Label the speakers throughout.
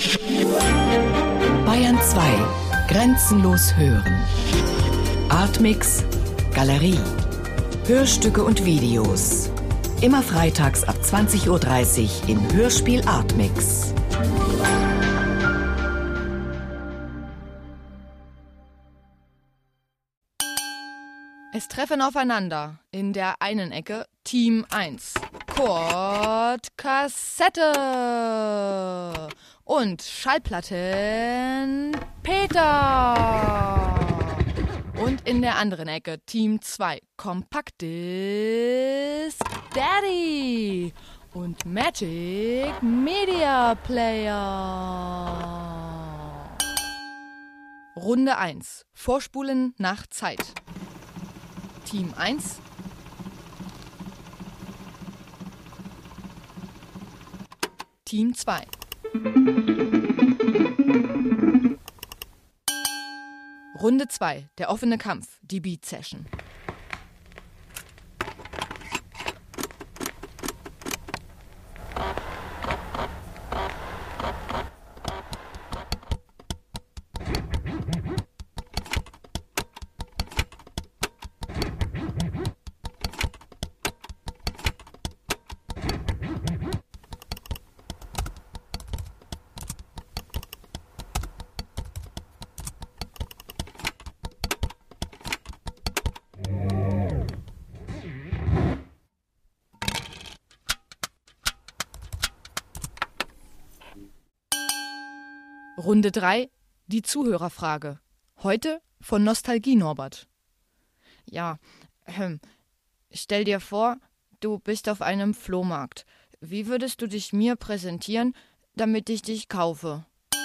Speaker 1: Bayern 2. Grenzenlos hören. Artmix Galerie. Hörstücke und Videos. Immer freitags ab 20:30 Uhr im Hörspiel Artmix.
Speaker 2: Es treffen aufeinander in der einen Ecke Team 1, Kurt Kassette und Schallplatten Peter. Und in der anderen Ecke Team 2, Compact-Disc Daddy und Magic Media Player. Runde 1, Vorspulen nach Zeit. Team 1. Team 2. Runde 2, der offene Kampf, die Beat Session. Runde 3, die Zuhörerfrage. Heute von Nostalgie Norbert. Ja, stell dir vor, du bist auf einem Flohmarkt. Wie würdest du dich mir präsentieren, damit ich dich kaufe?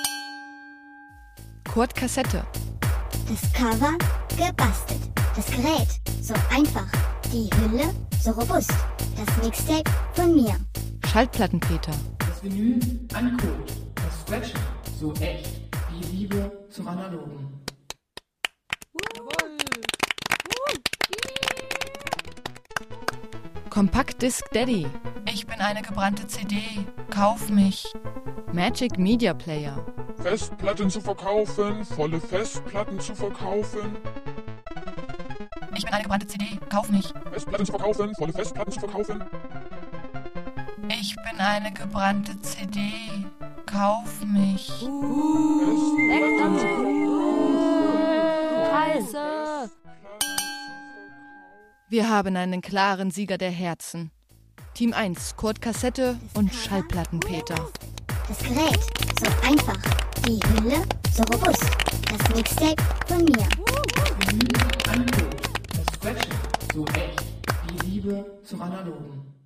Speaker 2: Kurt Kassette.
Speaker 3: Das Cover gebastelt. Das Gerät so einfach. Die Hülle so robust. Das Mixtape von mir.
Speaker 2: Schallplatten Peter.
Speaker 4: Das Vinyl ein Kult. Das Scratchen so echt. Die Liebe zum Analogen.
Speaker 2: Compact-Disc Daddy. Ich bin eine gebrannte CD. Kauf mich. Magic Media Player.
Speaker 5: Festplatten zu verkaufen, volle Festplatten zu verkaufen.
Speaker 2: Ich bin eine gebrannte CD. Kauf mich.
Speaker 5: Festplatten zu verkaufen, volle Festplatten zu verkaufen.
Speaker 2: Ich bin eine gebrannte CD. Kauf mich. Scheiße. Wir haben einen klaren Sieger der Herzen. Team 1, Kurt Kassette und Schallplatten Peter.
Speaker 3: Das Gerät so einfach. Die Hülle so robust. Das Mixtape von mir.
Speaker 4: Vinyl ein Kult. Das Scratchen so echt. Die Liebe zum Analogen.